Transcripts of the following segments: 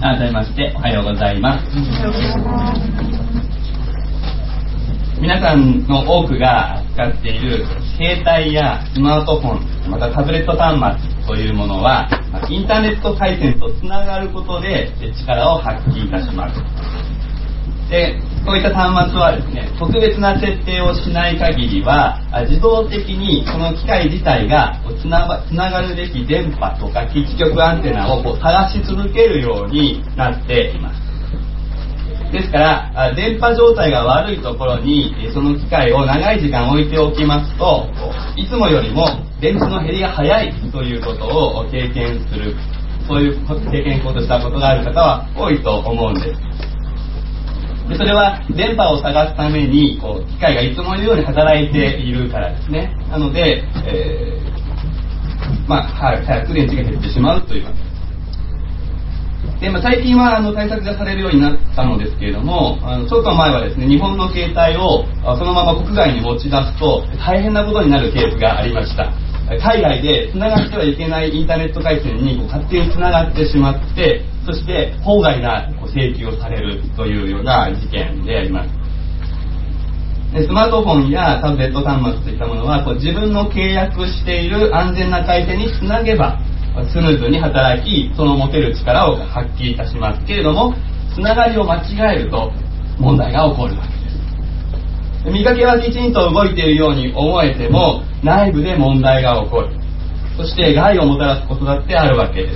改めましておはようございます。皆さんの多くが使っている携帯やスマートフォン、またタブレット端末というものはインターネット回線とつながることで力を発揮いたします。で、こういった端末はですね、特別な設定をしない限りは自動的にこの機械自体がつながるべき電波とか基地局アンテナを探し続けるようになっています。ですから電波状態が悪いところにその機械を長い時間置いておきますと、いつもよりも電池の減りが早いということを経験する、そういう経験をしたことがある方は多いと思うんです。で、それは電波を探すために機械がいつものように働いているからですね。なので、早く電池が減ってしまうというわけです。で、最近は対策がされるようになったのですけれども、ちょっと前はですね、日本の携帯をそのまま国外に持ち出すと大変なことになるケースがありました。海外でつながってはいけないインターネット回線に勝手につながってしまって、そして法外な請求をされるというような事件であります。で、スマートフォンやタブレット端末といったものは自分の契約している安全な回線につなげばスムーズに働き、その持てる力を発揮いたしますけれども、つながりを間違えると問題が起こるわけです。見かけはきちんと動いているように思えても、内部で問題が起こる。そして害をもたらすことだってあるわけです。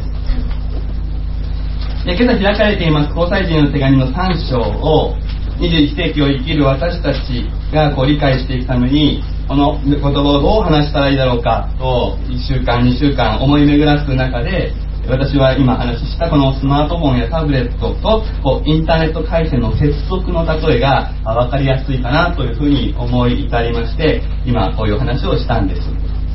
で、今朝開かれています交際人の手紙の3章を21世紀を生きる私たちが理解していくために、この言葉をどう話したらいいだろうかと1週間2週間思い巡らす中で、私は今話したこのスマートフォンやタブレットとインターネット回線の接続の例えが分かりやすいかなというふうに思い至りまして、今こういう話をしたんです。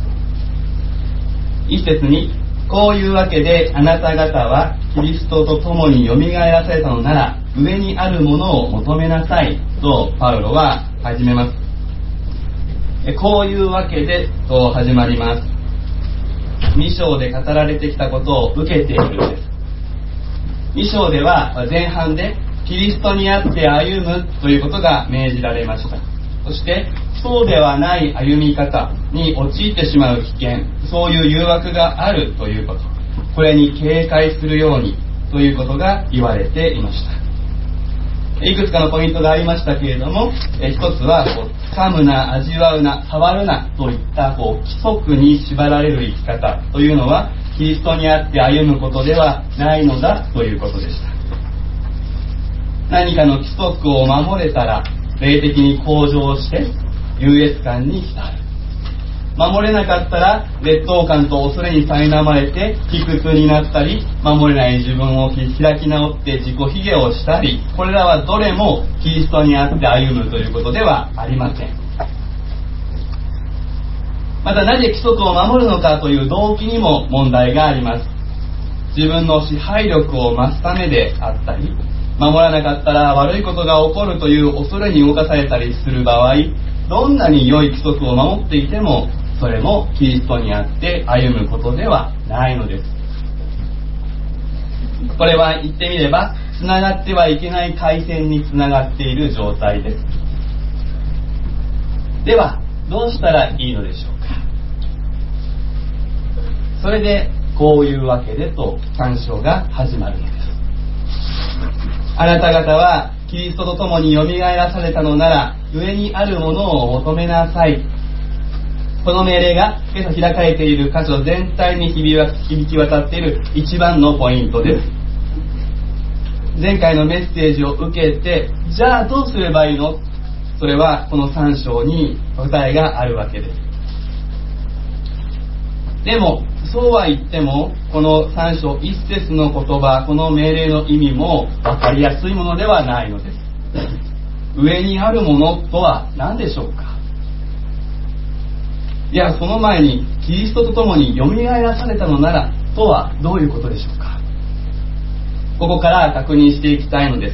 一節に、こういうわけであなた方はキリストと共によみがえらされたのなら上にあるものを求めなさいとパウロは始めます。こういうわけでと始まります。2章で語られてきたことを受けているのです。2章では前半でキリストにあって歩むということが命じられました。そしてそうではない歩み方に陥ってしまう危険、そういう誘惑があるということ、これに警戒するようにということが言われていました。いくつかのポイントがありましたけれども、一つは掴むな、味わうな、触るなといった規則に縛られる生き方というのはキリストにあって歩むことではないのだということでした。何かの規則を守れたら霊的に向上して優越感に浸る。守れなかったら劣等感と恐れに苛まれて卑屈になったり、守れない自分を開き直って自己卑下をしたり、これらはどれもキリストにあって歩むということではありません。また、なぜ規則を守るのかという動機にも問題があります。自分の支配力を増すためであったり、守らなかったら悪いことが起こるという恐れに動かされたりする場合、どんなに良い規則を守っていてもそれもキリストにあって歩むことではないのです。これは言ってみればつながってはいけない回線につながっている状態です。ではどうしたらいいのでしょうか。それでこういうわけでと3章が始まるのです。あなた方はキリストと共によみがえらされたのなら上にあるものを求めなさい。この命令が今朝開かれている箇所全体に響き渡っている一番のポイントです。前回のメッセージを受けて、じゃあどうすればいいの？それはこの3章に答えがあるわけです。でもそうは言ってもこの3章1節の言葉、この命令の意味も分かりやすいものではないのです。上にあるものとは何でしょうか。いや、その前にキリストと共によみがえらされたのならとはどういうことでしょうか。ここから確認していきたいのです。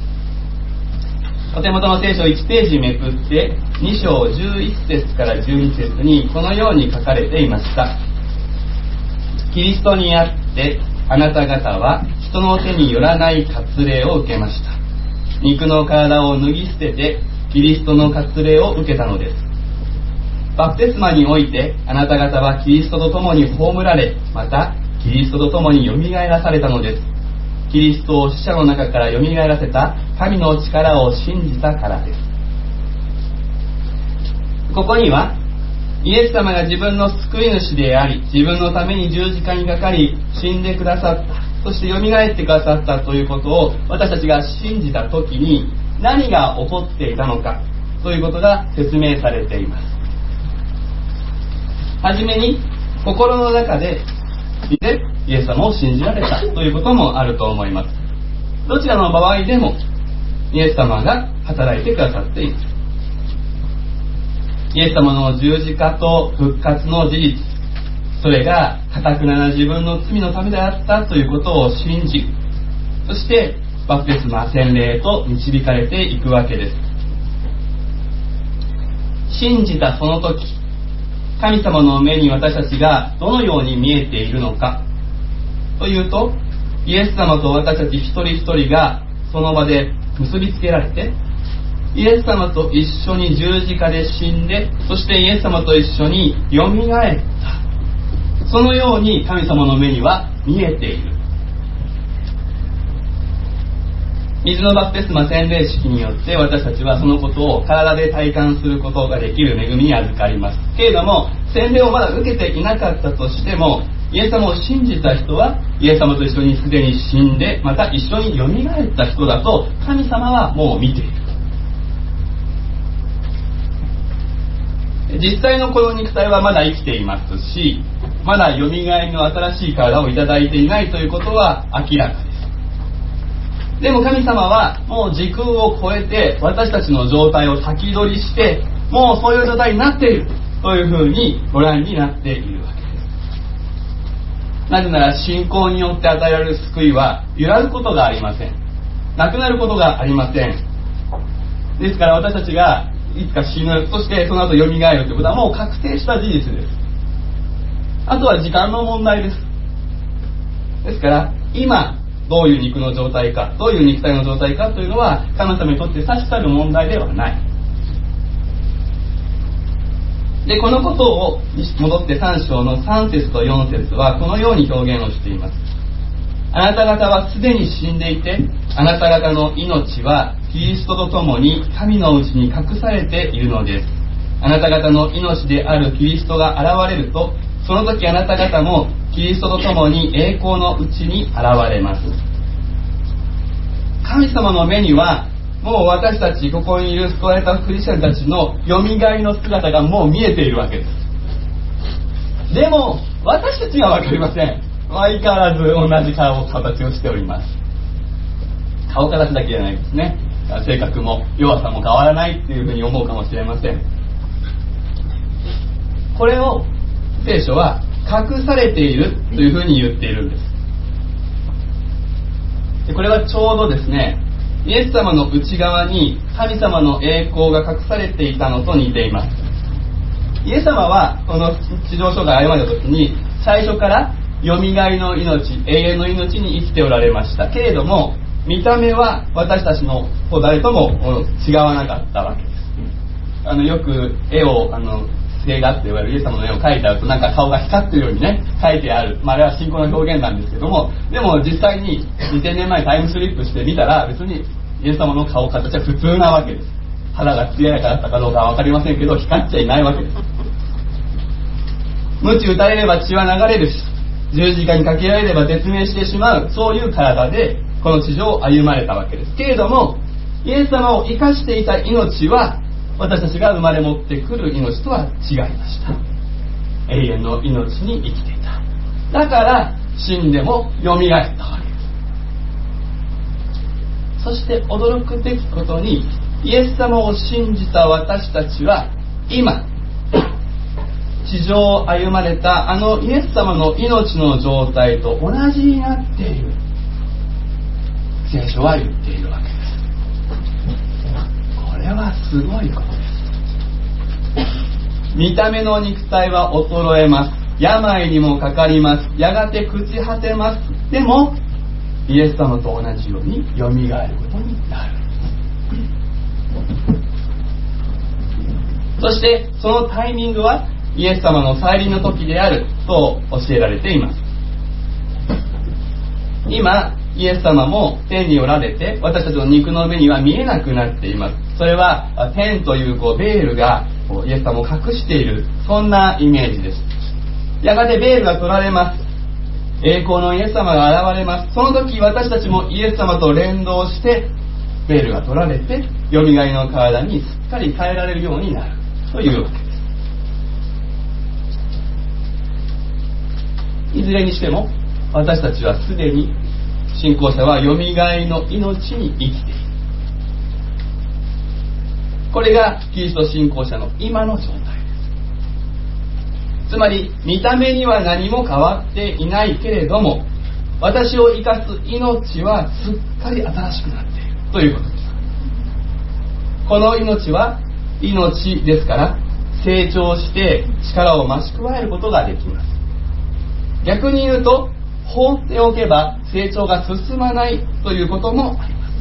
お手元の聖書1ページめくって2章11節から12節にこのように書かれていました。キリストにあってあなた方は人の手によらない割礼を受けました。肉の体を脱ぎ捨ててキリストの割礼を受けたのです。バプテスマにおいてあなた方はキリストと共に葬られ、またキリストと共によみがえらされたのです。キリストを死者の中からよみがえらせた神の力を信じたからです。ここにはイエス様が自分の救い主であり、自分のために十字架にかかり死んでくださった、そしてよみがえってくださったということを私たちが信じた時に何が起こっていたのかということが説明されています。はじめに心の中でイエス様を信じられたということもあると思います。どちらの場合でもイエス様が働いてくださっています。イエス様の十字架と復活の事実、それが堅くなな自分の罪のためであったということを信じ、そしてバプテスマ、洗礼へと導かれていくわけです。信じたその時、神様の目に私たちがどのように見えているのかというと、イエス様と私たち一人一人がその場で結びつけられて、イエス様と一緒に十字架で死んで、そしてイエス様と一緒によみがえった、そのように神様の目には見えている。水のバプテスマ洗礼式によって私たちはそのことを体で体感することができる恵みに預かりますけれども、洗礼をまだ受けていなかったとしても、イエス様を信じた人はイエス様と一緒にすでに死んで、また一緒によみがえった人だと神様はもう見ている。実際のこの肉体はまだ生きていますし、まだよみがえりの新しい体をいただいていないということは明らかです。でも神様はもう時空を超えて私たちの状態を先取りして、もうそういう状態になっているというふうにご覧になっているわけです。なぜなら信仰によって与えられる救いは揺らぐことがありません。なくなることがありません。ですから私たちがいつか死ぬ、そしてその後よみがえるということはもう確定した事実です。あとは時間の問題です。ですから今どういう肉の状態か、どういう肉体の状態かというのは神様にとって差し障る問題ではない。で、このことを戻って3章の3節と4節はこのように表現をしています。あなた方はすでに死んでいて、あなた方の命はキリストと共に神のうちに隠されているのです。あなた方の命であるキリストが現れると、その時あなた方もキリストと共に栄光のうちに現れます。神様の目にはもう私たちここにいる救われたクリスチャンたちのよみがえりの姿がもう見えているわけです。でも私たちは分かりません。相変わらず同じ顔形をしております。顔形だけじゃないですね。性格も弱さも変わらないっていうふうに思うかもしれません。これを聖書は隠されているというふうに言っているんです。でこれはちょうどですね、イエス様の内側に神様の栄光が隠されていたのと似ています。イエス様はこの地上生涯を歩まれた時に最初からよみがえりの命、永遠の命に生きておられましたけれども、見た目は私たちの誰とも違わなかったわけです。よく絵を聖画って言われるイエス様の絵を描いてあるとなんか顔が光ってるようにね描いてある、あれは信仰の表現なんですけども、でも実際に2000年前タイムスリップしてみたら別にイエス様の顔形は普通なわけです。肌が艶やかだったかどうかは分かりませんけど光っちゃいないわけです。鞭打たれれば血は流れるし、十字架にかけられれば絶命してしまう、そういう体でこの地上を歩まれたわけですけれども、イエス様を生かしていた命は私たちが生まれ持ってくる命とは違いました。永遠の命に生きていた。だから死んでもよみがえったわけです。そして驚くべきことに、イエス様を信じた私たちは今地上を歩まれたあのイエス様の命の状態と同じになっている、聖書は言っているわけです。これはすごいことです。見た目の肉体は衰えます。病にもかかります。やがて朽ち果てます。でもイエス様と同じようによみがえることになる。そしてそのタイミングはイエス様の再臨の時であると教えられています。今イエス様も天におられて、私たちの肉の目には見えなくなっています。それは天というベールがイエス様を隠している、そんなイメージです。やがてベールが取られます。栄光のイエス様が現れます。その時私たちもイエス様と連動してベールが取られて、よみがえりの体にすっかり変えられるようになるというわけです。いずれにしても私たちはすでに、信仰者はよみがえりの命に生きている。これがキリスト信仰者の今の状態です。つまり見た目には何も変わっていないけれども、私を生かす命はすっかり新しくなっているということです。この命は命ですから、成長して力を増し加えることができます。逆に言うと、放っておけば成長が進まないということもあります。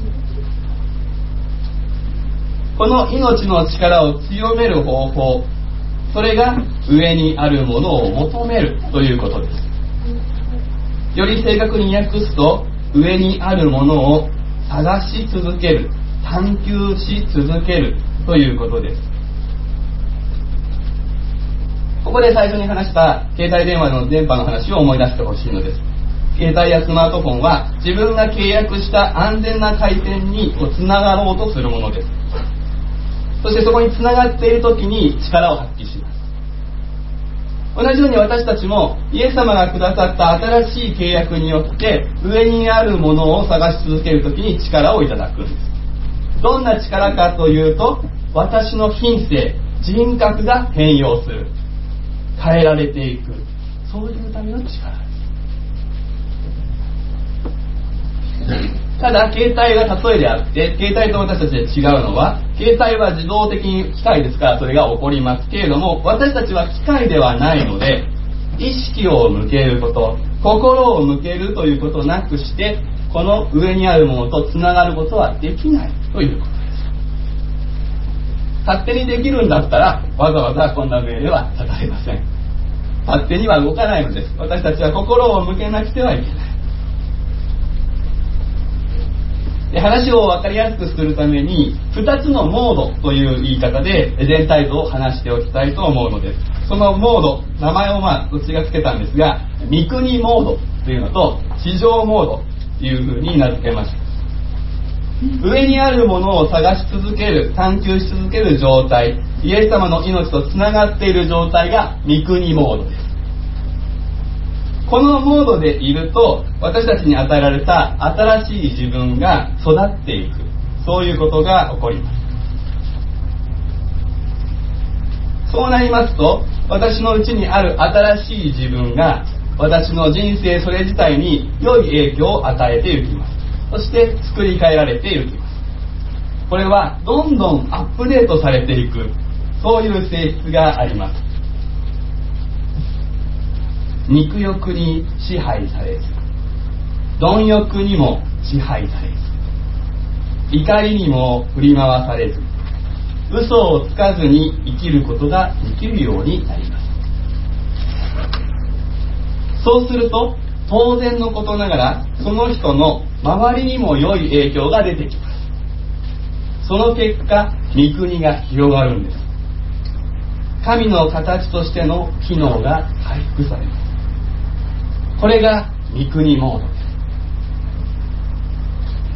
この命の力を強める方法、それが上にあるものを求めるということです。より正確に訳すと、上にあるものを探し続ける、探求し続けるということです。ここで最初に話した携帯電話の電波の話を思い出してほしいのです。携帯やスマートフォンは自分が契約した安全な回線につながろうとするものです。そしてそこにつながっている時に力を発揮します。同じように私たちもイエス様がくださった新しい契約によって上にあるものを探し続ける時に力をいただくんです。どんな力かというと、私の品性、人格が変容する、変えられていく、そういうための力です。ただ携帯が例えであって、携帯と私たちで違うのは、携帯は自動的に機械ですからそれが起こりますけれども、私たちは機械ではないので、意識を向けること、心を向けるということなくして、この上にあるものとつながることはできないということです。勝手にできるんだったらわざわざこんな命令は立たれません。勝手には動かないのです。私たちは心を向けなくてはいけない。で、話を分かりやすくするために2つのモードという言い方で全体像を話しておきたいと思うのです。そのモード、名前をどっちがつけたんですが、御国モードというのと地上モードというふうに名付けました。上にあるものを探し続ける、探求し続ける状態、イエス様の命とつながっている状態が御国モードです。このモードでいると、私たちに与えられた新しい自分が育っていく、そういうことが起こります。そうなりますと、私のうちにある新しい自分が私の人生それ自体に良い影響を与えていきます。そして作り変えられていきます。これはどんどんアップデートされていく、そういう性質があります。肉欲に支配されず、貪欲にも支配されず、怒りにも振り回されず、嘘をつかずに生きることができるようになります。そうすると当然のことながら、その人の周りにも良い影響が出てきます。その結果、御国が広がるんです。神の形としての機能が回復されます。これが御国モードです。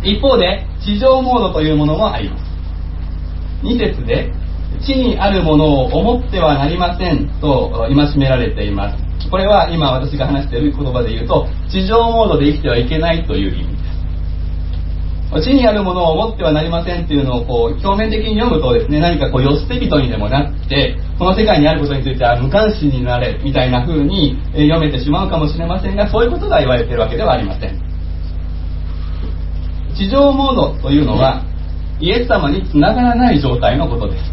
一方で地上モードというものもあります。2節で地にあるものを思ってはなりませんと戒められています。これは今私が話している言葉で言うと、地上モードで生きてはいけないという意味です。地にあるものを思ってはなりませんというのを表面的に読むとですね、何か世捨て人にでもなってこの世界にあることについては無関心になれみたいな風に読めてしまうかもしれませんが、そういうことが言われているわけではありません。地上モードというのはイエス様につながらない状態のことです。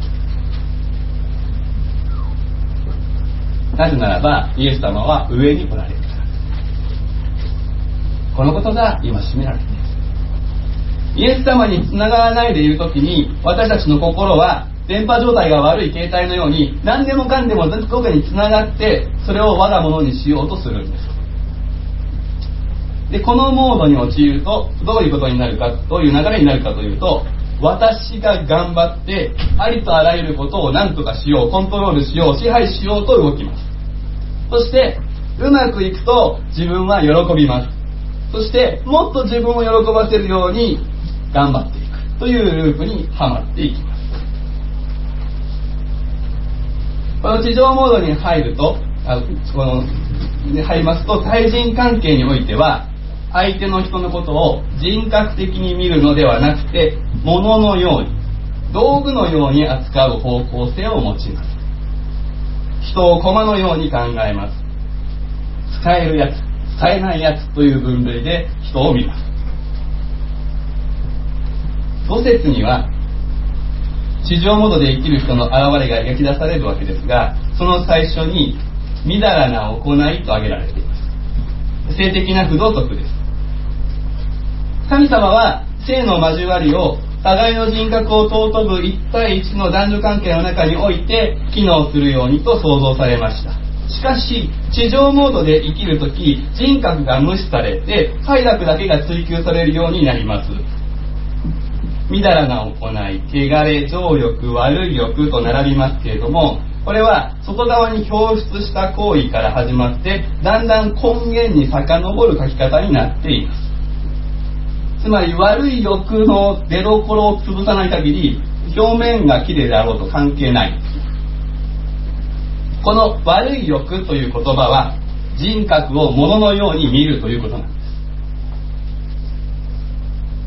なぜならばイエス様は上におられるからです。 このことが今占められています。イエス様につながらないでいるときに、私たちの心は電波状態が悪い携帯のように、何でもかんでもどこかにつながって、それを我が物にしようとするんです。で、このモードに陥るとどういうことになるか、どういう流れになるかというと、私が頑張ってありとあらゆることを何とかしよう、コントロールしよう、支配しようと動きます。そしてうまくいくと自分は喜びます。そしてもっと自分を喜ばせるように頑張っていくというループにはまっていきます。この地上モードに入りますと、対人関係においては相手の人のことを人格的に見るのではなくて、物のように、道具のように扱う方向性を持ちます。人を駒のように考えます。使えるやつ、使えないやつという分類で人を見ます。5節には地上モードで生きる人の現れが描き出されるわけですが、その最初にみだらな行いと挙げられています。性的な不道徳です。神様は性の交わりを互いの人格を尊ぶ1対1の男女関係の中において機能するようにと創造されました。しかし地上モードで生きるとき、人格が無視されて快楽だけが追求されるようになります。みだらな行い、汚れ、情欲、悪い欲と並びますけれども、これは外側に表出した行為から始まってだんだん根源に遡る書き方になっています。つまり悪い欲の出どころを潰さない限り表面がきれいであろうと関係ない。この悪い欲という言葉は人格を物のように見るということなんです。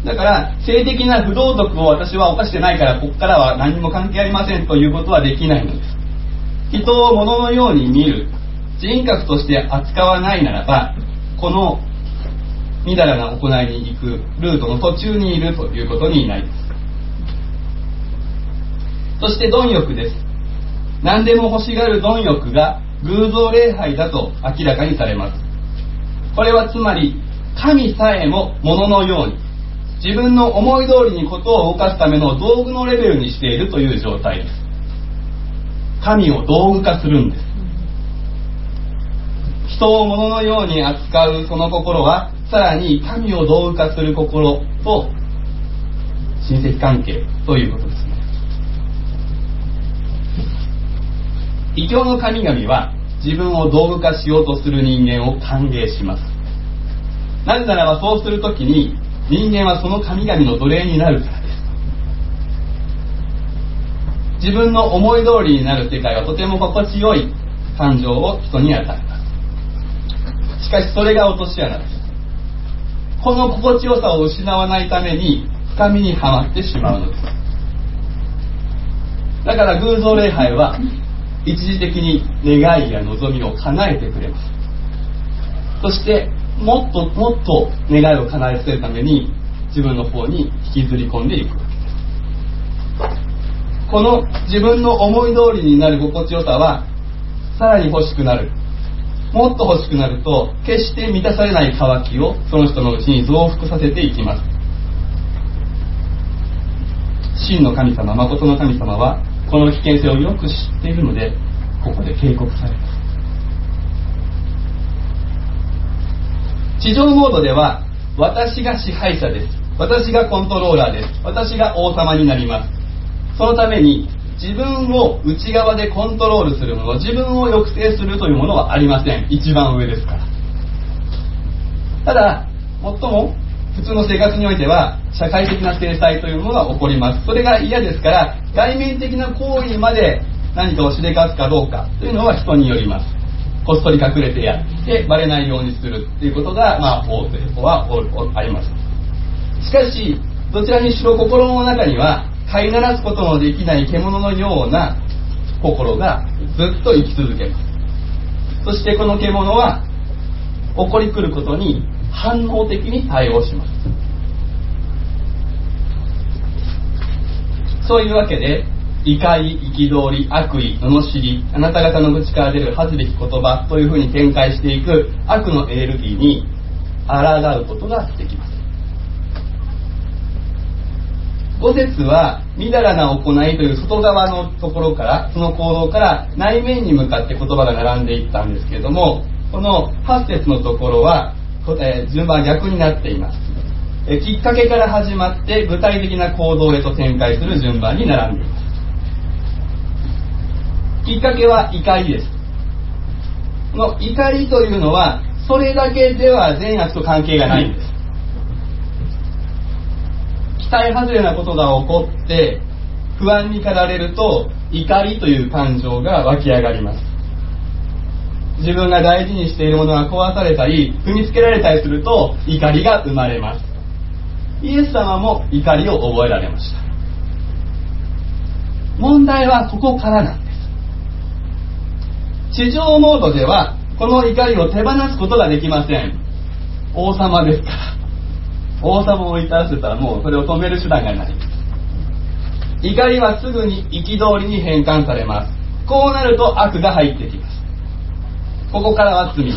だから性的な不道徳を私は犯してないからここからは何も関係ありませんということはできないのです。人を物のように見る、人格として扱わないならば、このみだらな行いに行くルートの途中にいるということになります。そして貪欲です。何でも欲しがる貪欲が偶像礼拝だと明らかにされます。これはつまり神さえも物のように自分の思い通りにことを動かすための道具のレベルにしているという状態です。神を道具化するんです。人を物のように扱うその心はさらに神を道具化する心と親戚関係ということですね。異教の神々は自分を道具化しようとする人間を歓迎します。なぜならばそうするときに人間はその神々の奴隷になるからです。自分の思い通りになる世界はとても心地よい感情を人に与えます。しかしそれが落とし穴です。この心地よさを失わないために深みにはまってしまうのです。だから偶像礼拝は一時的に願いや望みを叶えてくれます。そしてもっともっと願いを叶えさせるために自分の方に引きずり込んでいくわけです。この自分の思い通りになる心地よさはさらに欲しくなる、もっと欲しくなると決して満たされない渇きをその人のうちに増幅させていきます。真の神様、誠の神様はこの危険性をよく知っているのでここで警告されます。地上モードでは私が支配者です、私がコントローラーです、私が王様になります。そのために自分を内側でコントロールするもの、自分を抑制するというものはありません。一番上ですから。ただ最も普通の生活においては社会的な制裁というものが起こります。それが嫌ですから外面的な行為まで何かをしでかすかどうかというのは人によります。こっそり隠れてやってバレないようにするということが大勢はあります。しかしどちらにしろ心の中には飼いならすことのできない獣のような心がずっと生き続けます。そしてこの獣は起こり来ることに反応的に対応します。そういうわけで怒り、憤り、悪意、罵り、あなた方の口から出る恥ずべき言葉というふうに展開していく悪のエネルギーに抗うことができます。5節はみだらな行いという外側のところから、その行動から内面に向かって言葉が並んでいったんですけれども、この8節のところは順番は逆になっています。きっかけから始まって具体的な行動へと展開する順番に並んでいます。きっかけは怒りです。この怒りというのはそれだけでは善悪と関係がないんです。期待外れなことが起こって不安に駆られると怒りという感情が湧き上がります。自分が大事にしているものが壊されたり踏みつけられたりすると怒りが生まれます。イエス様も怒りを覚えられました。問題はここからなんです。地上モードではこの怒りを手放すことができません。王様ですから。王様を怒らせたらもうそれを止める手段がない。怒りはすぐに憤りに変換されます。こうなると悪が入ってきます。ここからは罪です。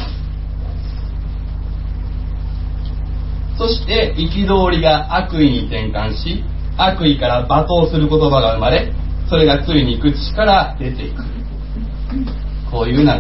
そして憤りが悪意に転換し、悪意から罵倒する言葉が生まれ、それがついに口から出ていく。こういう流れです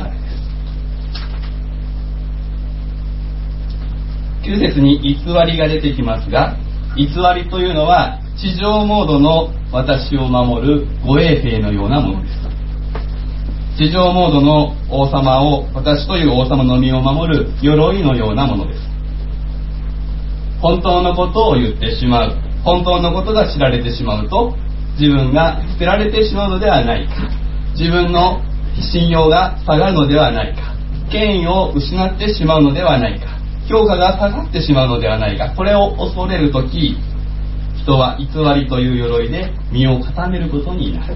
。9節に偽りが出てきますが、偽りというのは地上モードの私を守る護衛兵のようなものです。地上モードの王様を、私という王様の身を守る鎧のようなものです。本当のことを言ってしまう、本当のことが知られてしまうと自分が捨てられてしまうのではないか、自分の信用が下がるのではないか、権威を失ってしまうのではないか、評価が下がってしまうのではないか、これを恐れるとき、人は偽りという鎧で身を固めることになる。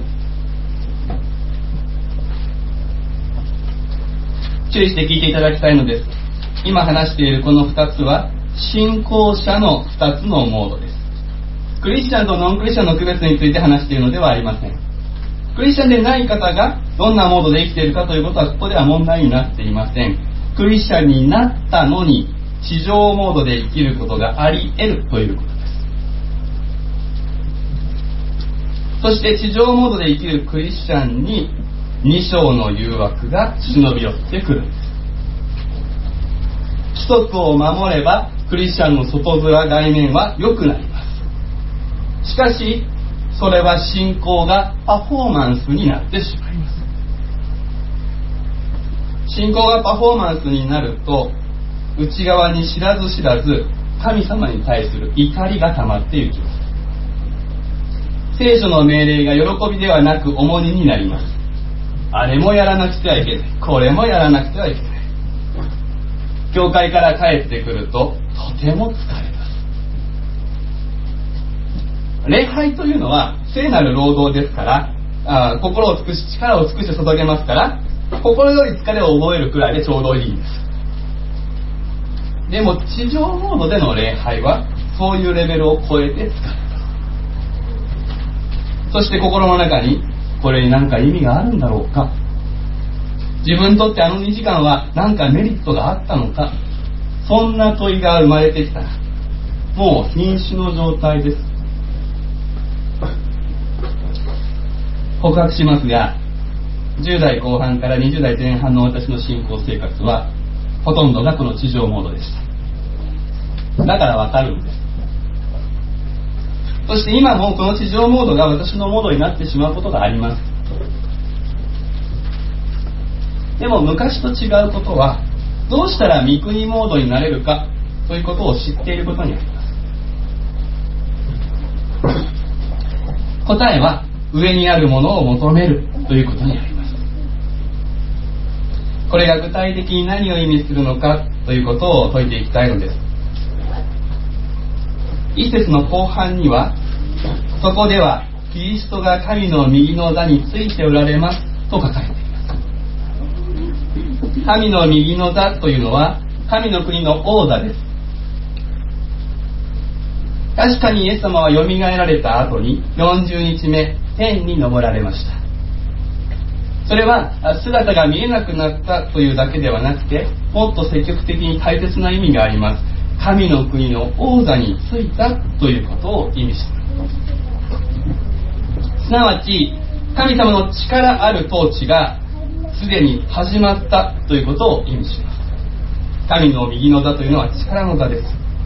注意して聞いていただきたいのです。今話しているこの2つは信仰者の2つのモードです。クリスチャンとノンクリスチャンの区別について話しているのではありません。クリスチャンでない方がどんなモードで生きているかということはここでは問題になっていません。クリスチャンになったのに地上モードで生きることがあり得るということです。そして地上モードで生きるクリスチャンに2章の誘惑が忍び寄ってくるんです。規則を守ればクリスチャンの外面外面は良くなります。しかしそれは信仰がパフォーマンスになってしまいます。信仰がパフォーマンスになると内側に知らず知らず神様に対する怒りが溜まっていきます。聖書の命令が喜びではなく重荷になります。あれもやらなくてはいけない、これもやらなくてはいけない。教会から帰ってくるととても疲れます。礼拝というのは聖なる労働ですから、心を尽くし力を尽くして注げますから、心より疲れを覚えるくらいでちょうどいいんです。でも地上モードでの礼拝はそういうレベルを超えて疲れます。そして心の中にこれに何か意味があるんだろうか、自分にとってあの2時間は何かメリットがあったのか、そんな問いが生まれてきたらもう瀕死の状態です。告白しますが、10代後半から20代前半の私の信仰生活はほとんどがこの地上モードでした。だからわかるんです。そして今もこの地上モードが私のモードになってしまうことがあります。でも昔と違うことは、どうしたら御国モードになれるかということを知っていることにあります。答えは上にあるものを求めるということにあります。これが具体的に何を意味するのかということを説いていきたいのです。一節の後半には、そこではキリストが神の右の座についておられますと書かれています。神の右の座というのは神の国の王座です。確かにイエス様はよみがえられた後に40日目天に昇られました。それは姿が見えなくなったというだけではなくて、もっと積極的に大切な意味があります。 神の国の王座についたということを意味します。すなわち神様の力ある統治がすでに始まったということを意味します。神の右の座というのは力の座です。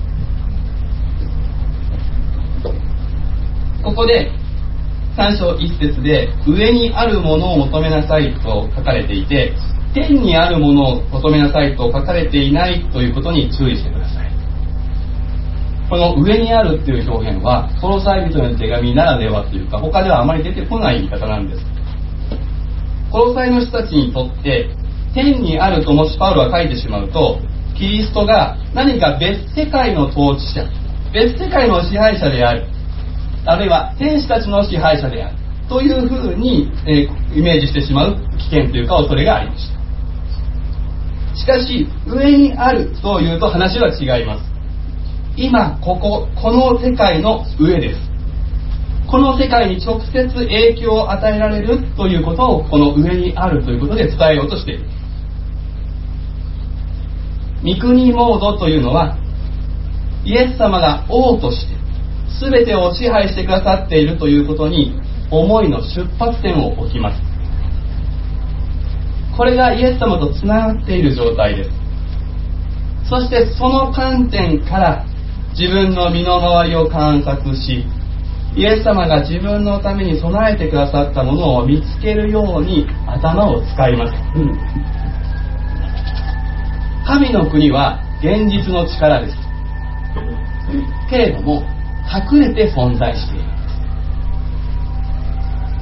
ここで3章1節で上にあるものを求めなさいと書かれていて、天にあるものを求めなさいと書かれていないということに注意してください。この上にあるっていう表現はコロサイ人への手紙ならではというか、他ではあまり出てこない言い方なんです。コロサイの人たちにとって天にあるともしパウロは書いてしまうと、キリストが何か別世界の統治者、別世界の支配者である、あるいは天使たちの支配者であるというふうに、イメージしてしまう危険というか恐れがありました。しかし上にあるというと話は違います。今この世界の上です。この世界に直接影響を与えられるということをこの上にあるということで伝えようとしている。御国モードというのはイエス様が王として全てを支配してくださっているということに思いの出発点を置きます。これがイエス様とつながっている状態です。そしてその観点から自分の身の回りを観察し、イエス様が自分のために備えてくださったものを見つけるように頭を使います。神の国は現実の力です。けれども隠れて存在しているんです。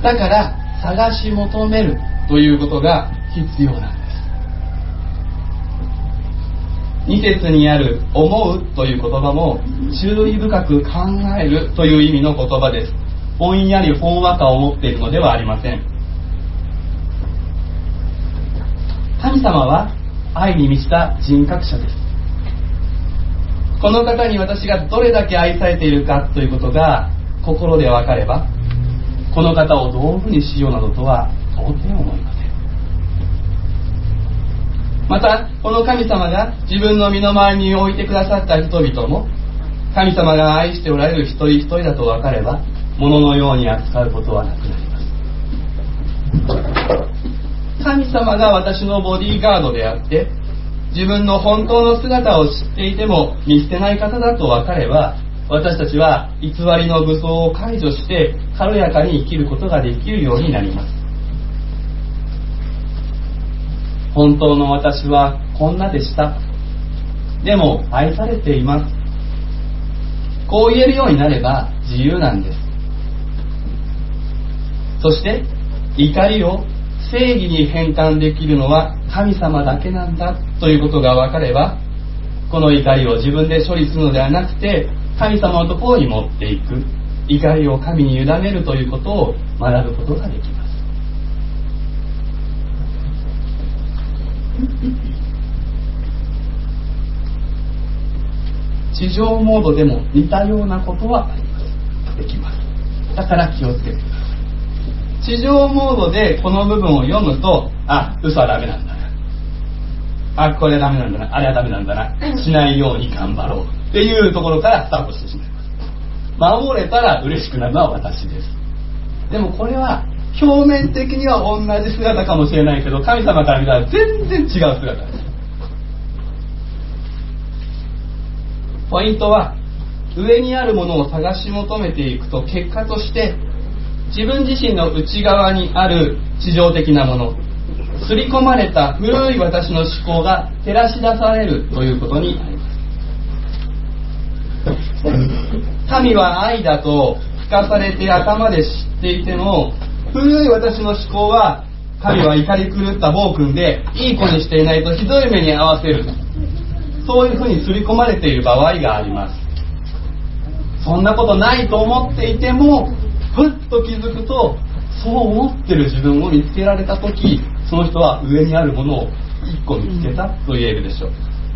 だから探し求めるということが必要なんです。2節にある思うという言葉も注意深く考えるという意味の言葉です。ぼんやりほんわかを持っているのではありません。神様は愛に満ちた人格者です。この方に私がどれだけ愛されているかということが心で分かれば、この方をどういうふうにしようなどとは到底思いません。またこの神様が自分の身の回りに置いてくださった人々も神様が愛しておられる一人一人だと分かれば、物のように扱うことはなくなります。神様が私のボディーガードであって自分の本当の姿を知っていても見捨てない方だと分かれば、私たちは偽りの武装を解除して軽やかに生きることができるようになります。本当の私はこんなでした、でも愛されています、こう言えるようになれば自由なんです。そして怒りを正義に変換できるのは神様だけなんだということが分かれば、この怒りを自分で処理するのではなくて神様のところに持っていく、怒りを神に委ねるということを学ぶことができます。地上モードでも似たようなことはあります。できます。だから気をつけてください。地上モードでこの部分を読むと、嘘はダメなんだな、これはダメなんだな、あれはダメなんだな、しないように頑張ろうっていうところからスタートしてしまいます。守れたら嬉しくなるのは私です。でもこれは表面的には同じ姿かもしれないけど、神様から見たら全然違う姿です。ポイントは上にあるものを探し求めていくと、結果として自分自身の内側にある地上的なもの、刷り込まれた古い私の思考が照らし出されるということになります。神は愛だと聞かされて頭で知っていても、古い私の思考は神は怒り狂った暴君でいい子にしていないとひどい目に遭わせる、そういうふうに刷り込まれている場合があります。そんなことないと思っていてもふっと気づくと、そう思ってる自分を見つけられたとき、その人は上にあるものを一個見つけたと言えるでしょう。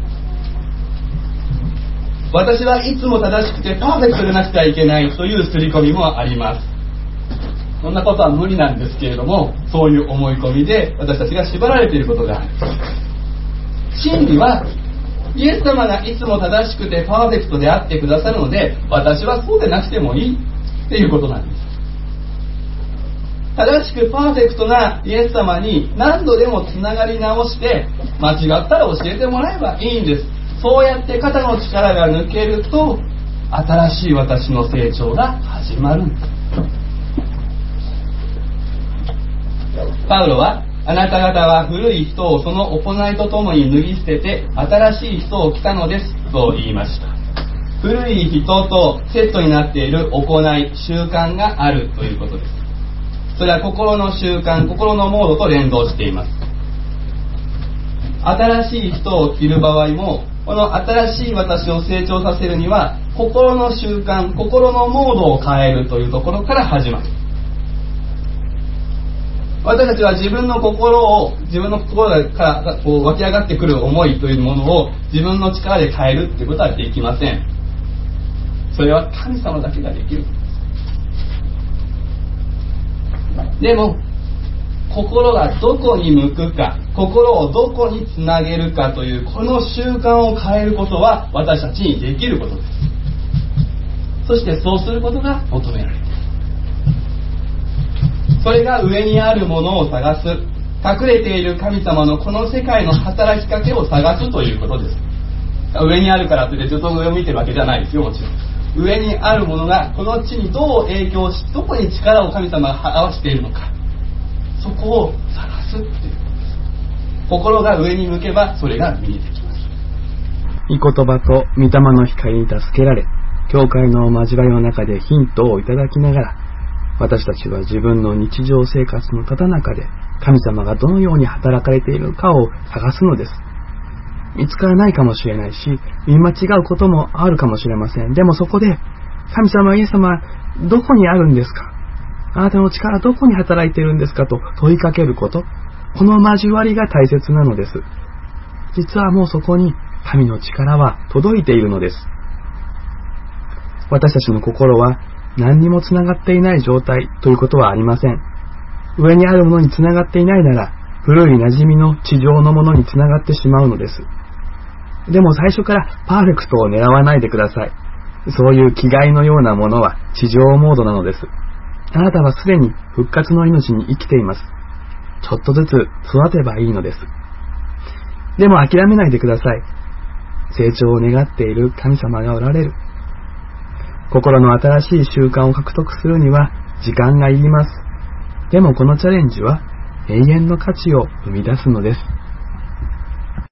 私はいつも正しくてパーフェクトでなくてはいけないという刷り込みもあります。そんなことは無理なんですけれども、そういう思い込みで私たちが縛られていることがある。真理はイエス様がいつも正しくてパーフェクトであってくださるので、私はそうでなくてもいいっていうことなんです。正しくパーフェクトなイエス様に何度でもつながり直して、間違ったら教えてもらえばいいんです。そうやって肩の力が抜けると、新しい私の成長が始まるんです。パウロは、あなた方は古い人をその行いとともに脱ぎ捨てて新しい人を着たのですと言いました。古い人とセットになっている行い、習慣があるということです。それは心の習慣、心のモードと連動しています。新しい人を着る場合も、この新しい私を成長させるには、心の習慣、心のモードを変えるというところから始まる。私たちは自分の心からこう湧き上がってくる思いというものを自分の力で変えるということはできません。それは神様だけができる。でも心がどこに向くか、心をどこにつなげるかというこの習慣を変えることは私たちにできることです。そしてそうすることが求められる。それが上にあるものを探す、隠れている神様のこの世界の働きかけを探すということです。上にあるからといってずっと上を見てるわけじゃないですよ、もちろん。上にあるものがこの地にどう影響し、どこに力を神様が合わせているのか、そこを探すっていうことです。心が上に向けばそれが見えてきます。 御言葉と御霊の光に助けられ、教会の交わりの中でヒントをいただきながら、私たちは自分の日常生活のただ中で神様がどのように働かれているかを探すのです。見つからないかもしれないし、見間違うこともあるかもしれません。でもそこで、神様、イエス様、どこにあるんですか？あなたの力どこに働いているんですかと問いかけること、この交わりが大切なのです。実はもうそこに神の力は届いているのです。私たちの心は何にもつながっていない状態ということはありません。上にあるものにつながっていないなら、古い馴染みの地上のものにつながってしまうのです。でも最初からパーフェクトを狙わないでください。そういう気概のようなものは地上モードなのです。あなたはすでに復活の命に生きています。ちょっとずつ育てばいいのです。でも諦めないでください。成長を願っている神様がおられる。心の新しい習慣を獲得するには時間がいります。でもこのチャレンジは永遠の価値を生み出すのです。